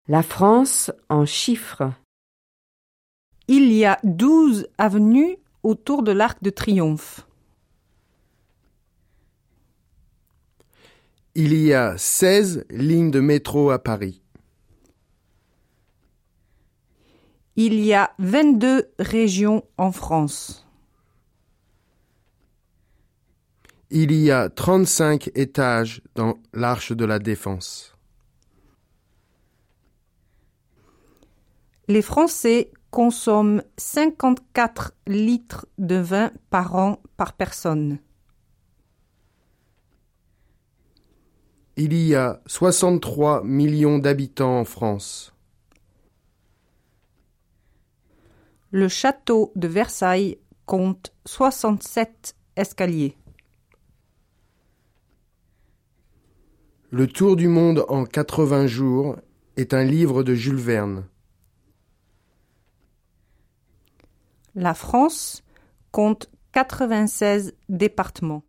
La France en chiffres. Il y a 12 avenues autour de l'Arc de Triomphe. Il y a 16 lignes de métro à Paris. Il y a 22 régions en France. Il y a 35 étages dans l'Arche de la Défense. Les Français consomment 54 litres de vin par an par personne. Il y a 63 millions d'habitants en France. Le château de Versailles compte 67 escaliers. Le Tour du monde en 80 jours est un livre de Jules Verne. La France compte 96 départements.